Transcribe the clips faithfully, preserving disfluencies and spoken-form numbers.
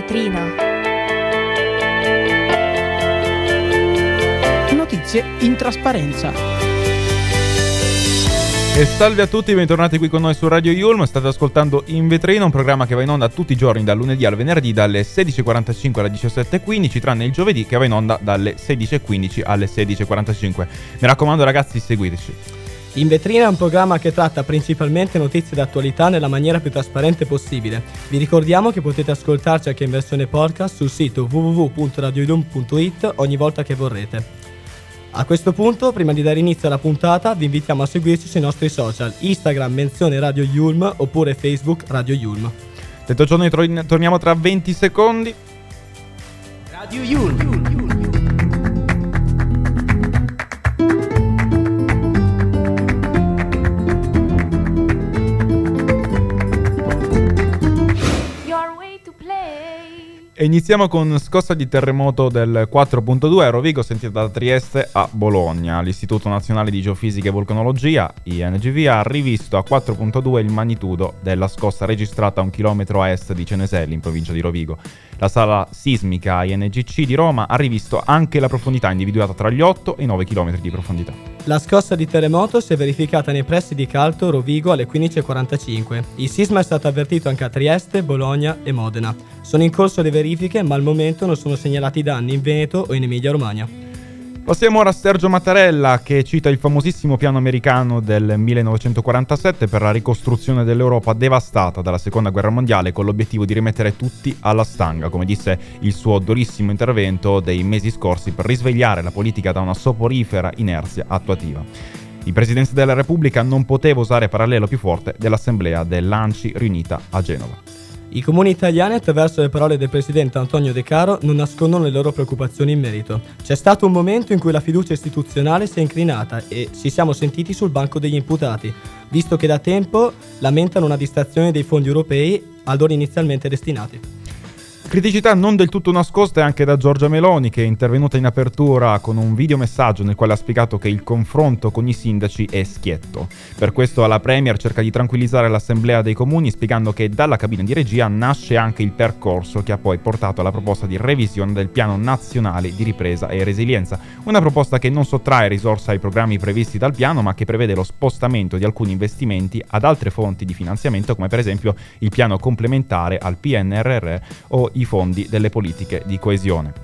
vetrina. Notizie in trasparenza. E salve a tutti, bentornati qui con noi su Radio Yulm. State ascoltando In Vetrina, un programma che va in onda tutti i giorni dal lunedì al venerdì dalle sedici e quarantacinque alle diciassette e quindici, tranne il giovedì che va in onda dalle sedici e quindici alle sedici e quarantacinque. Mi raccomando ragazzi, seguiteci. In Vetrina è un programma che tratta principalmente notizie d'attualità nella maniera più trasparente possibile. Vi ricordiamo che potete ascoltarci anche in versione podcast sul sito w w w punto radio yulm punto i t ogni volta che vorrete. A questo punto, prima di dare inizio alla puntata, vi invitiamo a seguirci sui nostri social, Instagram menzione Radio Yulm oppure Facebook Radio Yulm. Detto ciò, noi tro- torniamo tra venti secondi. Radio Yulm. E iniziamo con scossa di terremoto del quattro virgola due a Rovigo, sentita da Trieste a Bologna. L'Istituto Nazionale di Geofisica e Vulcanologia, I N G V, ha rivisto a quattro virgola due il magnitudo della scossa registrata a un chilometro a est di Ceneselli, in provincia di Rovigo. La sala sismica I N G C di Roma ha rivisto anche la profondità individuata tra gli otto e i nove chilometri di profondità. La scossa di terremoto si è verificata nei pressi di Calto, Rovigo, alle quindici e quarantacinque. Il sisma è stato avvertito anche a Trieste, Bologna e Modena. Sono in corso le verifiche, ma al momento non sono segnalati danni in Veneto o in Emilia-Romagna. Passiamo ora a Sergio Mattarella, che cita il famosissimo piano americano del millenovecentoquarantasette per la ricostruzione dell'Europa devastata dalla Seconda Guerra Mondiale, con l'obiettivo di rimettere tutti alla stanga, come disse il suo durissimo intervento dei mesi scorsi per risvegliare la politica da una soporifera inerzia attuativa. Il Presidente della Repubblica non poteva usare parallelo più forte dell'assemblea dell'A N C I riunita a Genova. I comuni italiani, attraverso le parole del presidente Antonio De Caro, non nascondono le loro preoccupazioni in merito. C'è stato un momento in cui la fiducia istituzionale si è incrinata e ci siamo sentiti sul banco degli imputati, visto che da tempo lamentano una distrazione dei fondi europei a loro inizialmente destinati. Criticità non del tutto nascoste anche da Giorgia Meloni, che è intervenuta in apertura con un videomessaggio nel quale ha spiegato che il confronto con i sindaci è schietto. Per questo la Premier cerca di tranquillizzare l'Assemblea dei Comuni, spiegando che dalla cabina di regia nasce anche il percorso che ha poi portato alla proposta di revisione del Piano Nazionale di Ripresa e Resilienza. Una proposta che non sottrae risorse ai programmi previsti dal piano, ma che prevede lo spostamento di alcuni investimenti ad altre fonti di finanziamento, come per esempio il piano complementare al P N R R o i fondi delle politiche di coesione.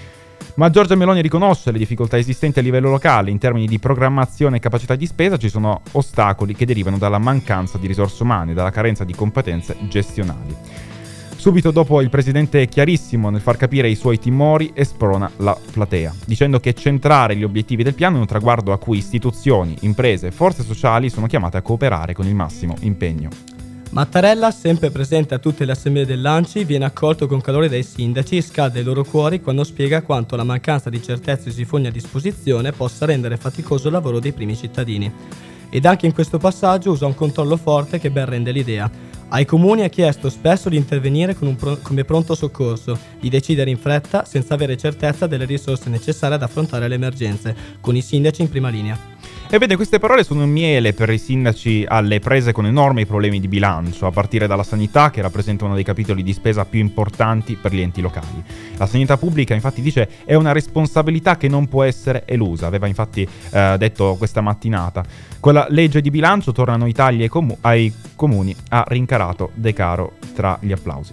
Ma Giorgia Meloni riconosce le difficoltà esistenti a livello locale in termini di programmazione e capacità di spesa. Ci sono ostacoli che derivano dalla mancanza di risorse umane e dalla carenza di competenze gestionali. Subito dopo il presidente è chiarissimo nel far capire i suoi timori e sprona la platea, dicendo che centrare gli obiettivi del piano è un traguardo a cui istituzioni, imprese e forze sociali sono chiamate a cooperare con il massimo impegno. Mattarella, sempre presente a tutte le assemblee dell'A N C I, viene accolto con calore dai sindaci e scalda i loro cuori quando spiega quanto la mancanza di certezze sui fondi a disposizione possa rendere faticoso il lavoro dei primi cittadini. Ed anche in questo passaggio usa un controllo forte che ben rende l'idea. Ai comuni ha chiesto spesso di intervenire con un pro- come pronto soccorso, di decidere in fretta senza avere certezza delle risorse necessarie ad affrontare le emergenze, con i sindaci in prima linea. E vede, queste parole sono un miele per i sindaci alle prese con enormi problemi di bilancio, a partire dalla sanità, che rappresenta uno dei capitoli di spesa più importanti per gli enti locali. La sanità pubblica, infatti, dice, è una responsabilità che non può essere elusa. Aveva infatti eh, detto questa mattinata. Con la legge di bilancio tornano i tagli ai, comu- ai comuni, ha rincarato De Caro tra gli applausi.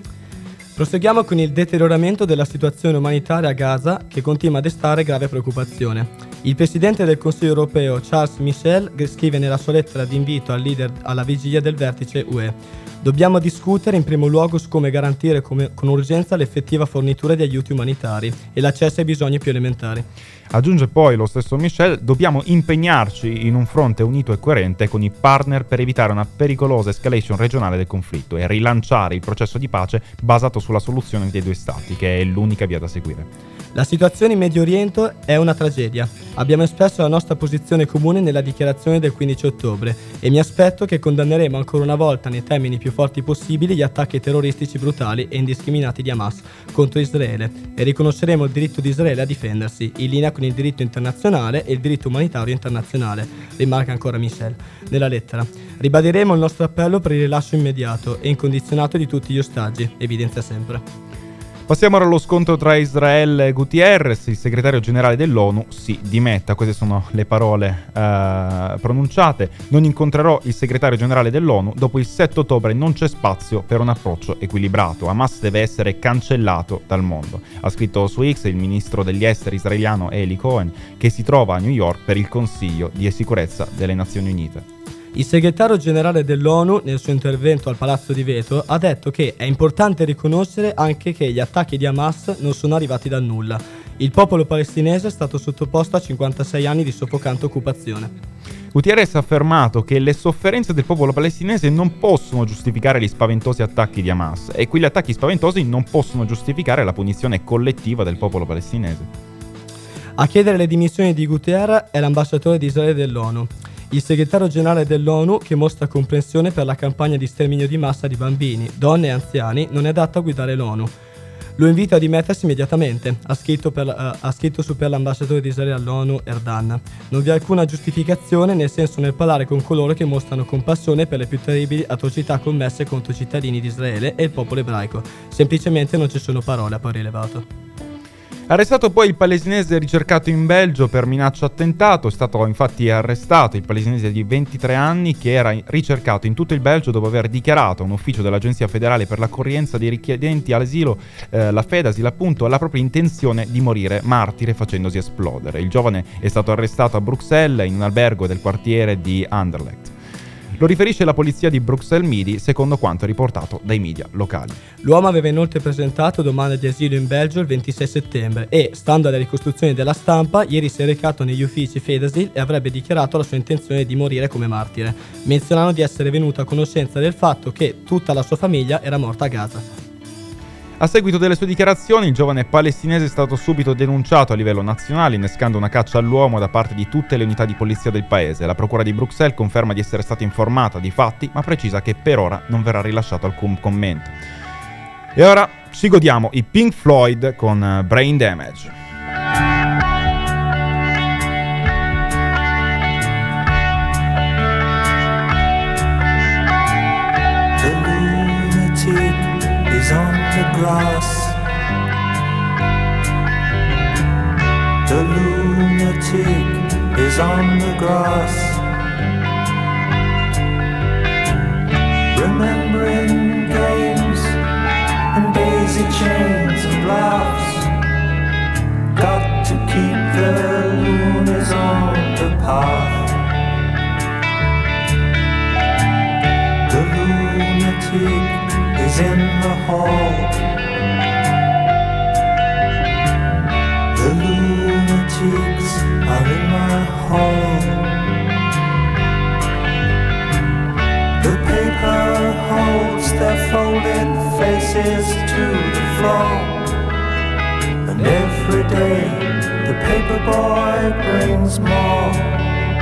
Proseguiamo con il deterioramento della situazione umanitaria a Gaza, che continua a destare grave preoccupazione. Il presidente del Consiglio europeo Charles Michel scrive nella sua lettera di invito al leader alla vigilia del vertice U E: dobbiamo discutere in primo luogo su come garantire come, con urgenza l'effettiva fornitura di aiuti umanitari e l'accesso ai bisogni più elementari. Aggiunge poi lo stesso Michel: dobbiamo impegnarci in un fronte unito e coerente con i partner per evitare una pericolosa escalation regionale del conflitto e rilanciare il processo di pace basato sulla soluzione dei due stati, che è l'unica via da seguire. La situazione in Medio Oriente è una tragedia. Abbiamo espresso la nostra posizione comune nella dichiarazione del quindici ottobre e mi aspetto che condanneremo ancora una volta nei termini più forti possibili gli attacchi terroristici brutali e indiscriminati di Hamas contro Israele e riconosceremo il diritto di Israele a difendersi, in linea con il diritto internazionale e il diritto umanitario internazionale, rimarca ancora Michel nella lettera. Ribadiremo il nostro appello per il rilascio immediato e incondizionato di tutti gli ostaggi, evidenzia sempre. Passiamo ora allo scontro tra Israele e Gutierrez. Il segretario generale dell'ONU si dimetta. Queste sono le parole eh, pronunciate. Non incontrerò il segretario generale dell'ONU. Dopo il sette ottobre non c'è spazio per un approccio equilibrato. Hamas deve essere cancellato dal mondo. Ha scritto su X il ministro degli esteri israeliano Eli Cohen, che si trova a New York per il Consiglio di sicurezza delle Nazioni Unite. Il segretario generale dell'ONU, nel suo intervento al Palazzo di Vetro, ha detto che è importante riconoscere anche che gli attacchi di Hamas non sono arrivati dal nulla. Il popolo palestinese è stato sottoposto a cinquantasei anni di soffocante occupazione. Gutierrez ha affermato che le sofferenze del popolo palestinese non possono giustificare gli spaventosi attacchi di Hamas e quegli attacchi spaventosi non possono giustificare la punizione collettiva del popolo palestinese. A chiedere le dimissioni di Guterres è l'ambasciatore di Israele dell'ONU. Il segretario generale dell'ONU, che mostra comprensione per la campagna di sterminio di massa di bambini, donne e anziani, non è adatto a guidare l'ONU. Lo invito a dimettersi immediatamente, ha scritto, per, uh, ha scritto su per l'ambasciatore di Israele all'ONU Erdan. Non vi è alcuna giustificazione nel senso nel parlare con coloro che mostrano compassione per le più terribili atrocità commesse contro i cittadini di Israele e il popolo ebraico. Semplicemente non ci sono parole, ha poi rilevato. Arrestato poi il palestinese ricercato in Belgio per minaccia attentato. È stato infatti arrestato il palestinese di ventitré anni che era ricercato in tutto il Belgio dopo aver dichiarato a un ufficio dell'Agenzia Federale per l'accoglienza dei richiedenti all'asilo, eh, la Fedasil appunto, la propria intenzione di morire martire facendosi esplodere. Il giovane è stato arrestato a Bruxelles in un albergo del quartiere di Anderlecht. Lo riferisce la polizia di Bruxelles Midi, secondo quanto riportato dai media locali. L'uomo aveva inoltre presentato domanda di asilo in Belgio il ventisei settembre e, stando alle ricostruzioni della stampa, ieri si è recato negli uffici Fedasil e avrebbe dichiarato la sua intenzione di morire come martire, menzionando di essere venuto a conoscenza del fatto che tutta la sua famiglia era morta a Gaza. A seguito delle sue dichiarazioni, il giovane palestinese è stato subito denunciato a livello nazionale, innescando una caccia all'uomo da parte di tutte le unità di polizia del paese. La procura di Bruxelles conferma di essere stata informata di fatti, ma precisa che per ora non verrà rilasciato alcun commento. E ora ci godiamo i Pink Floyd con Brain Damage. On the grass, the lunatic is on the grass, remembering games and daisy chains and laughs. Got to keep the loonies on the path. The lunatic is in the hall. The lunatics are in my hall. The paper holds their folded faces to the floor, and every day the paper boy brings more.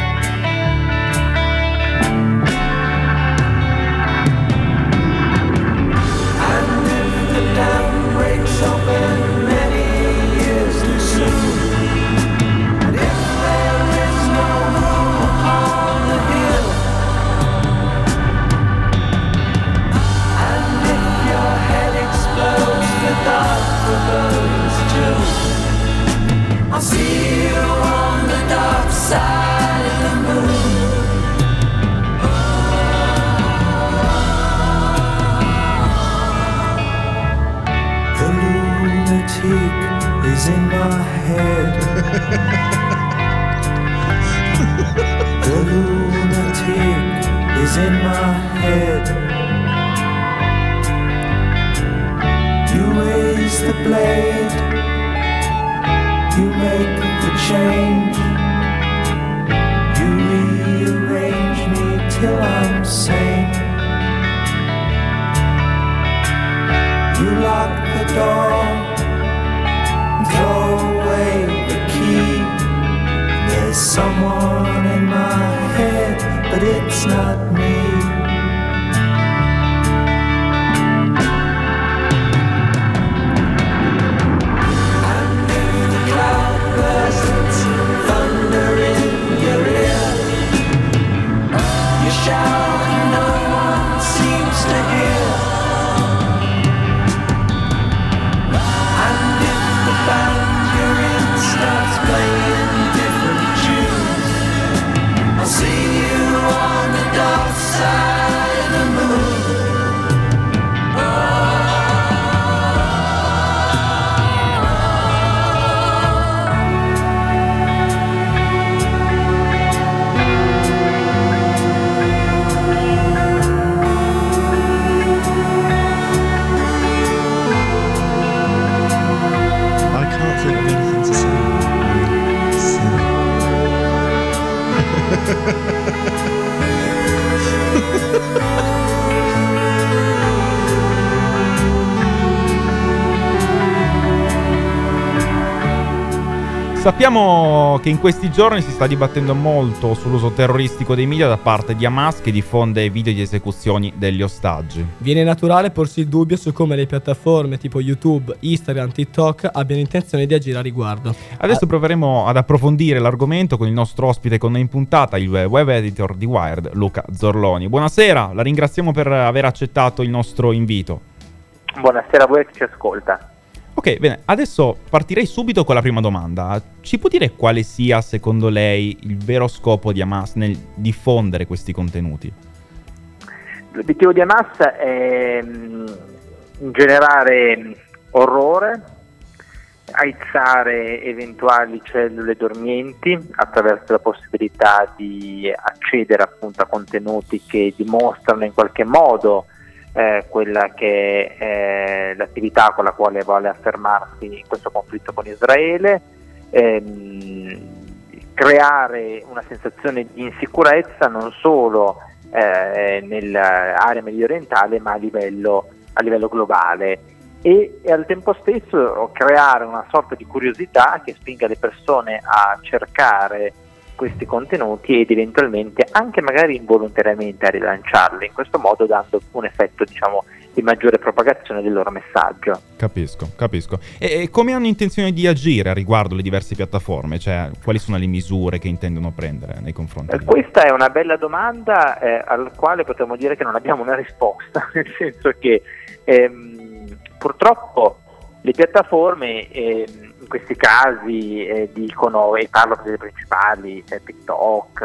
Open many years too soon, and if there is no home on the hill, and if your head explodes, the dark burns too. I'll see you on the dark side of the moon. Is in my head. The lunatic is in my head. You raise the blade, you make the change, you rearrange me till I'm sane. You lock the door, throw away the key. There's someone in my head, but it's not me. And if the cloud bursts, thunder in your ear, you shout and no one seems to hear. Sappiamo che in questi giorni si sta dibattendo molto sull'uso terroristico dei media da parte di Hamas, che diffonde video di esecuzioni degli ostaggi. Viene naturale porsi il dubbio su come le piattaforme tipo YouTube, Instagram, TikTok abbiano intenzione di agire a riguardo. Adesso proveremo ad approfondire l'argomento con il nostro ospite con noi in puntata, il web editor di Wired, Luca Zorloni. Buonasera, la ringraziamo per aver accettato il nostro invito. Buonasera a voi che ci ascolta. Ok, bene, adesso partirei subito con la prima domanda. Ci può dire quale sia, secondo lei, il vero scopo di Hamas nel diffondere questi contenuti? L'obiettivo di Hamas è mh, generare orrore, aizzare eventuali cellule dormienti attraverso la possibilità di accedere appunto a contenuti che dimostrano in qualche modo Eh, quella che è l'attività con la quale vuole affermarsi in questo conflitto con Israele, ehm, creare una sensazione di insicurezza non solo eh, nell'area medio orientale ma a livello, a livello globale e, e al tempo stesso creare una sorta di curiosità che spinga le persone a cercare questi contenuti ed eventualmente anche magari involontariamente a rilanciarli, in questo modo dando un effetto, diciamo, di maggiore propagazione del loro messaggio. Capisco, capisco. E, e come hanno intenzione di agire a riguardo le diverse piattaforme? Cioè, quali sono le misure che intendono prendere nei confronti Eh, di... questa è una bella domanda eh, al quale potremmo dire che non abbiamo una risposta, nel senso che ehm, purtroppo le piattaforme ehm, in questi casi eh, dicono, e parlo delle principali, eh, TikTok,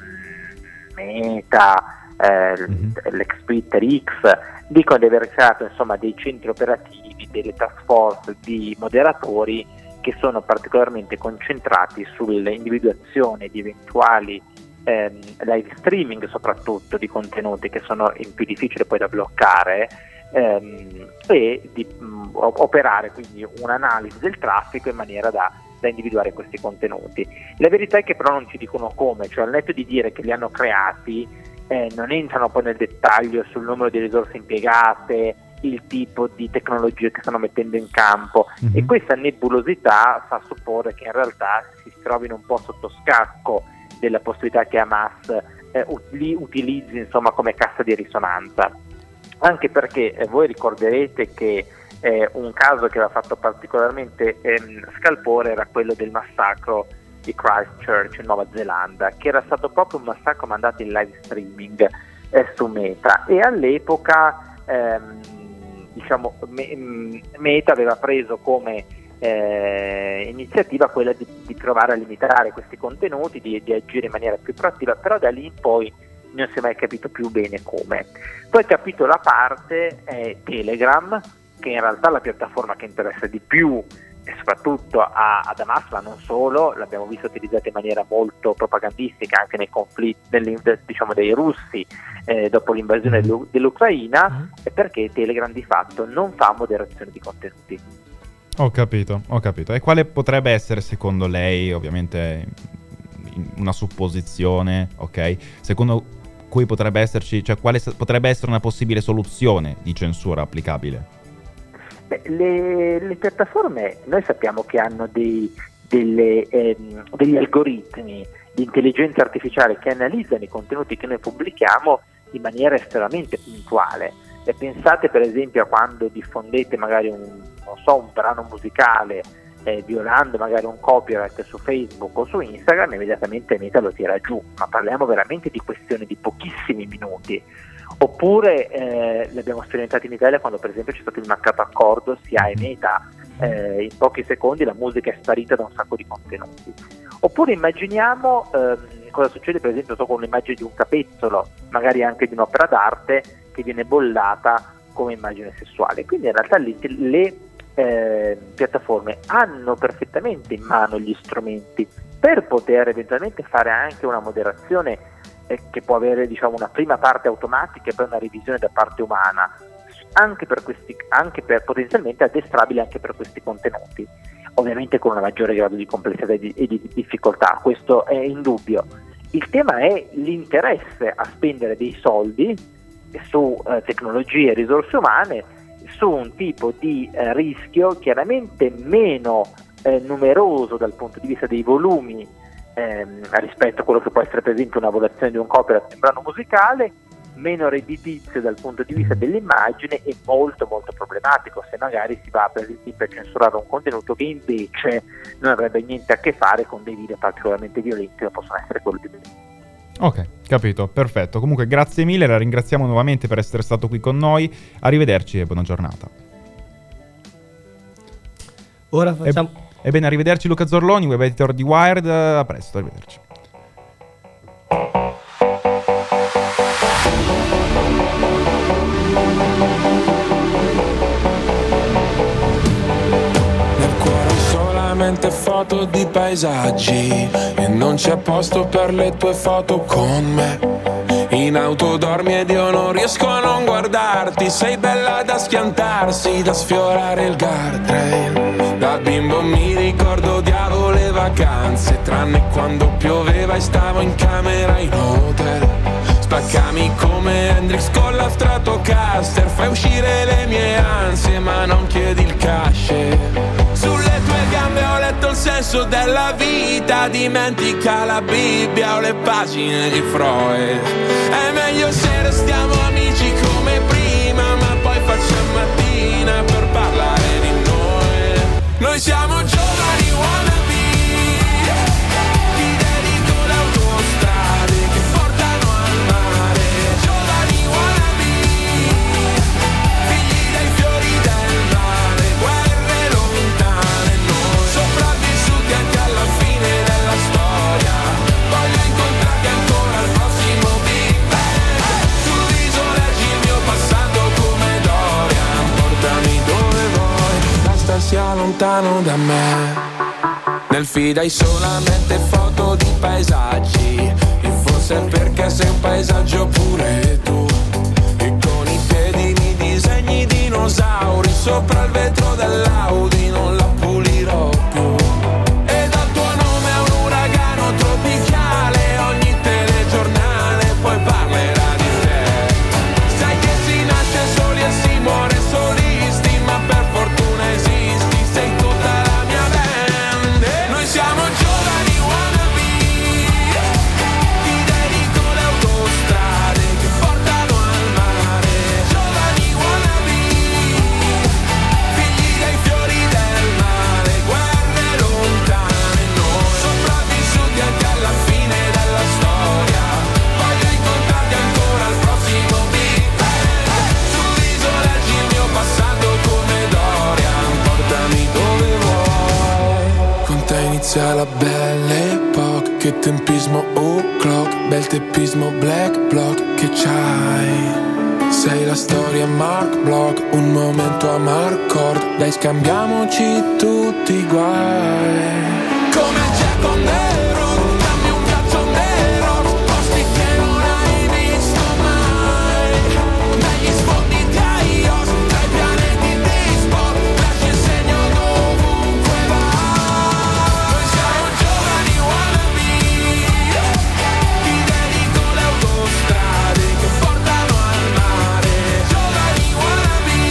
eh, Meta, eh, Mhm. l'ex Twitter X, dicono di aver creato insomma dei centri operativi, delle task force di moderatori che sono particolarmente concentrati sull'individuazione di eventuali ehm, live streaming, soprattutto di contenuti che sono in più difficile poi da bloccare, ehm, e di mh, operare quindi un'analisi del traffico in maniera da, da individuare questi contenuti. La verità è che però non ci dicono come, cioè al netto di dire che li hanno creati, eh, non entrano poi nel dettaglio sul numero di risorse impiegate, il tipo di tecnologie che stanno mettendo in campo, Mhm. e questa nebulosità fa supporre che in realtà si trovino un po' sotto scacco della possibilità che Hamas eh, li utilizzi insomma come cassa di risonanza, anche perché eh, voi ricorderete che eh, un caso che aveva fatto particolarmente ehm, scalpore era quello del massacro di Christchurch in Nuova Zelanda, che era stato proprio un massacro mandato in live streaming eh, su Meta, e all'epoca ehm, diciamo me- Meta aveva preso come eh, iniziativa quella di, di provare a limitare questi contenuti, di, di agire in maniera più proattiva, però da lì in poi non si è mai capito più bene come. Poi capito la parte è Telegram, che in realtà è la piattaforma che interessa di più e soprattutto a, ad Hamas, ma non solo, l'abbiamo visto utilizzata in maniera molto propagandistica anche nei conflitti diciamo dei russi eh, dopo l'invasione dell'U- dell'Ucraina, Mm. e perché Telegram di fatto non fa moderazione di contenuti. Ho capito, ho capito. E quale potrebbe essere, secondo lei, ovviamente una supposizione, ok? Secondo cui potrebbe esserci, cioè quale s- potrebbe essere una possibile soluzione di censura applicabile? Beh, le, le piattaforme noi sappiamo che hanno dei, delle, ehm, degli algoritmi di intelligenza artificiale che analizzano i contenuti che noi pubblichiamo in maniera estremamente puntuale. E pensate per esempio a quando diffondete magari un, non so, un brano musicale eh, violando magari un copyright su Facebook o su Instagram, immediatamente Meta lo tira giù, ma parliamo veramente di questioni di pochissimi minuti. Oppure eh, l'abbiamo sperimentato in Italia quando per esempio c'è stato il mancato accordo S I A E Meta, eh, in pochi secondi la musica è sparita da un sacco di contenuti. Oppure immaginiamo ehm, cosa succede per esempio con l'immagine di un capezzolo, magari anche di un'opera d'arte, che viene bollata come immagine sessuale. Quindi in realtà le, le eh, piattaforme hanno perfettamente in mano gli strumenti per poter eventualmente fare anche una moderazione eh, che può avere diciamo una prima parte automatica e poi una revisione da parte umana, anche per questi, anche per potenzialmente addestrabile anche per questi contenuti, ovviamente con un maggiore grado di complessità e di, e di difficoltà, questo è indubbio. Il tema è l'interesse a spendere dei soldi su eh, tecnologie e risorse umane su un tipo di eh, rischio chiaramente meno eh, numeroso dal punto di vista dei volumi ehm, rispetto a quello che può essere per esempio una valutazione di un copyright di un brano musicale, meno redditizio dal punto di vista dell'immagine e molto molto problematico se magari si va per esempio a censurare un contenuto che invece non avrebbe niente a che fare con dei video particolarmente violenti come possono essere quelli di Ok, capito, perfetto. Comunque grazie mille, la ringraziamo nuovamente per essere stato qui con noi. Arrivederci e buona giornata. Ora facciamo... E, ebbene, arrivederci Luca Zorloni, web editor di Wired. A presto, arrivederci. Foto di paesaggi e non c'è posto per le tue foto con me. In auto dormi ed io non riesco a non guardarti. Sei bella da schiantarsi, da sfiorare il guardrail. Da bimbo mi ricordo odiavo le vacanze, tranne quando pioveva e stavo in camera in hotel. Spaccami come Hendrix con la Stratocaster, fai uscire le mie ansie ma non chiedi il cash. Sulle tue gambe ho letto il senso della vita, dimentica la Bibbia o le pagine di Freud. È meglio se restiamo amici come prima, ma poi facciamo mattina per parlare di noi. Noi siamo giovani wannabe, ti dedico le autostrade che portano al mare. Giovani wannabe, figli dei fiori del mare, guerre lontane, noi sopravvissuti anche alla fine della storia. Voglio incontrarti ancora al prossimo Big Bang. Sul viso leggi il mio passato come Dorian. Portami dove vuoi, basta sia lontano da me. Nel feed hai solamente foto di paesaggi, e forse perché sei un paesaggio pure tu. E con i piedi mi disegni dinosauri sopra il vetro dell'Audi, non la pulirò più. E dal tuo nome a un uragano tropicale, ogni telegiornale poi parlerà di te. Sai che si nasce soli e si muore solisti, ma per fortuna esisti, sei tutta la mia band. E noi siamo giovani wannabe, ti dedico le autostrade che portano al mare. Giovani wannabe, figli dei fiori del mare, guerre lontane, noi sopravvissuti anche alla fine della storia. Voglio incontrarti ancora al prossimo Big Bang. Sul viso leggi il mio passato come Dorian. Portami dove vuoi, con te inizia la belle epoca. Che tempismo o'clock, bel teppismo black block che c'hai. Sei la storia Mark Block, un momento a Marcord. Dai scambiamoci tutti i guai. Come Jack on the road, dammi un viaggio on the road, posti che non hai visto mai. Dagli sfondi di iOS, dai pianeti di spot, lascia il segno dovunque vai. Noi siamo giovani wannabe, ti dedico le autostrade che portano al mare. Giovani wannabe,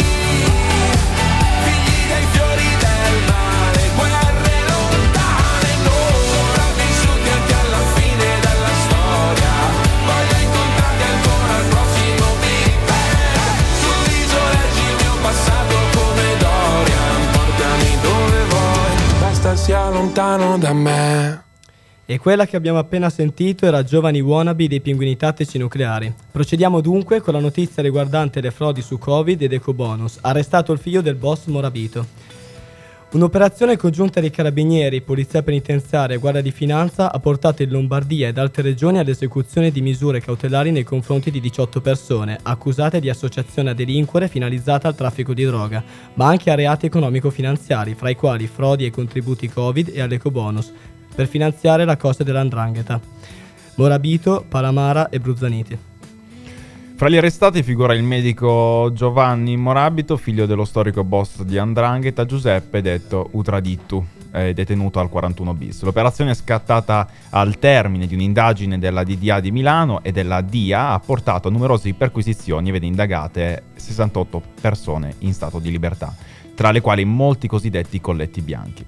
figli dei fiori del mare, guerre lontane, noi sopravvissuti anche alla fine della storia. Voglio incontrarti ancora al prossimo Big Bang. Sul viso leggi il mio passato come Dorian. Portami dove vuoi, basta sia lontano da me. E quella che abbiamo appena sentito era Giovani wannabe dei Pinguini Tattici Nucleari. Procediamo dunque con la notizia riguardante le frodi su Covid ed ecobonus. Arrestato il figlio del boss Morabito. Un'operazione congiunta di carabinieri, polizia penitenziaria e guardia di finanza ha portato in Lombardia ed altre regioni all'esecuzione di misure cautelari nei confronti di diciotto persone accusate di associazione a delinquere finalizzata al traffico di droga, ma anche a reati economico-finanziari, fra i quali frodi ai contributi Covid e all'ecobonus, per finanziare la costa dell'Andrangheta, Morabito, Palamara e Bruzzaniti. Fra gli arrestati figura il medico Giovanni Morabito, figlio dello storico boss di 'Ndrangheta Giuseppe, detto Utradittu, eh, detenuto al quarantuno bis. L'operazione è scattata al termine di un'indagine della D D A di Milano e della D I A ha portato a numerose perquisizioni e vede indagate sessantotto persone in stato di libertà, tra le quali molti cosiddetti colletti bianchi.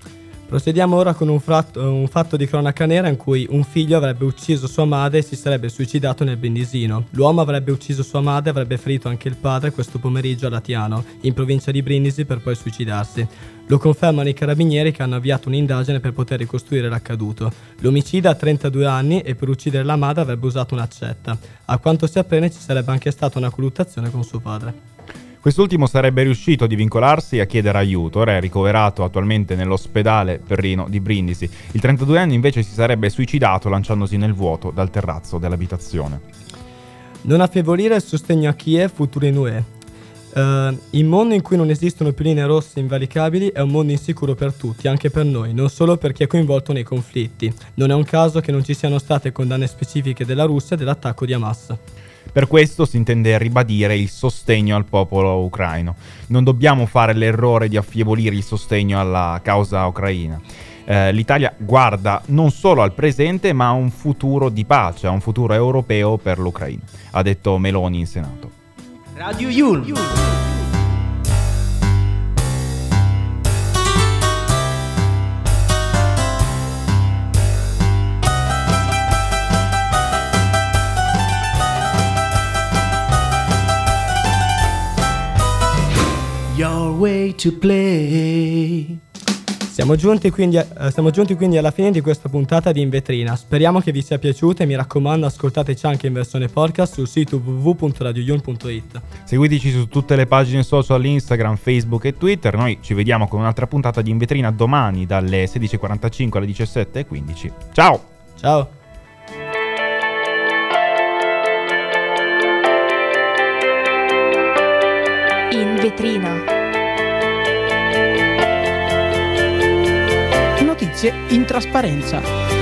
Procediamo ora con un, fratto, un fatto di cronaca nera in cui un figlio avrebbe ucciso sua madre e si sarebbe suicidato nel Brindisino. L'uomo avrebbe ucciso sua madre e avrebbe ferito anche il padre questo pomeriggio a Latiano, in provincia di Brindisi, per poi suicidarsi. Lo confermano i carabinieri che hanno avviato un'indagine per poter ricostruire l'accaduto. L'omicida ha trentadue anni e per uccidere la madre avrebbe usato un'accetta. A quanto si apprende ci sarebbe anche stata una colluttazione con suo padre. Quest'ultimo sarebbe riuscito a divincolarsi e a chiedere aiuto, ora è ricoverato attualmente nell'ospedale Perrino di Brindisi. Il trentaduenne invece si sarebbe suicidato lanciandosi nel vuoto dal terrazzo dell'abitazione. Non affievolire il sostegno a Kiev, futuro in U E. Uh, il mondo in cui non esistono più linee rosse invalicabili è un mondo insicuro per tutti, anche per noi, non solo per chi è coinvolto nei conflitti. Non è un caso che non ci siano state condanne specifiche della Russia dell'attacco di Hamas. Per questo si intende ribadire il sostegno al popolo ucraino. Non dobbiamo fare l'errore di affievolire il sostegno alla causa ucraina. Eh, L'Italia guarda non solo al presente, ma a un futuro di pace, a un futuro europeo per l'Ucraina, ha detto Meloni in Senato. Radio Yulm. Your way to play. Siamo giunti, quindi a, siamo giunti quindi alla fine di questa puntata di In Vetrina. Speriamo che vi sia piaciuta e mi raccomando ascoltateci anche in versione podcast sul sito w w w punto radio yulm punto it. Seguiteci su tutte le pagine social Instagram, Facebook e Twitter. Noi ci vediamo con un'altra puntata di In Vetrina domani dalle sedici e quarantacinque alle diciassette e quindici. Ciao! Ciao! In vetrina. Notizie in trasparenza.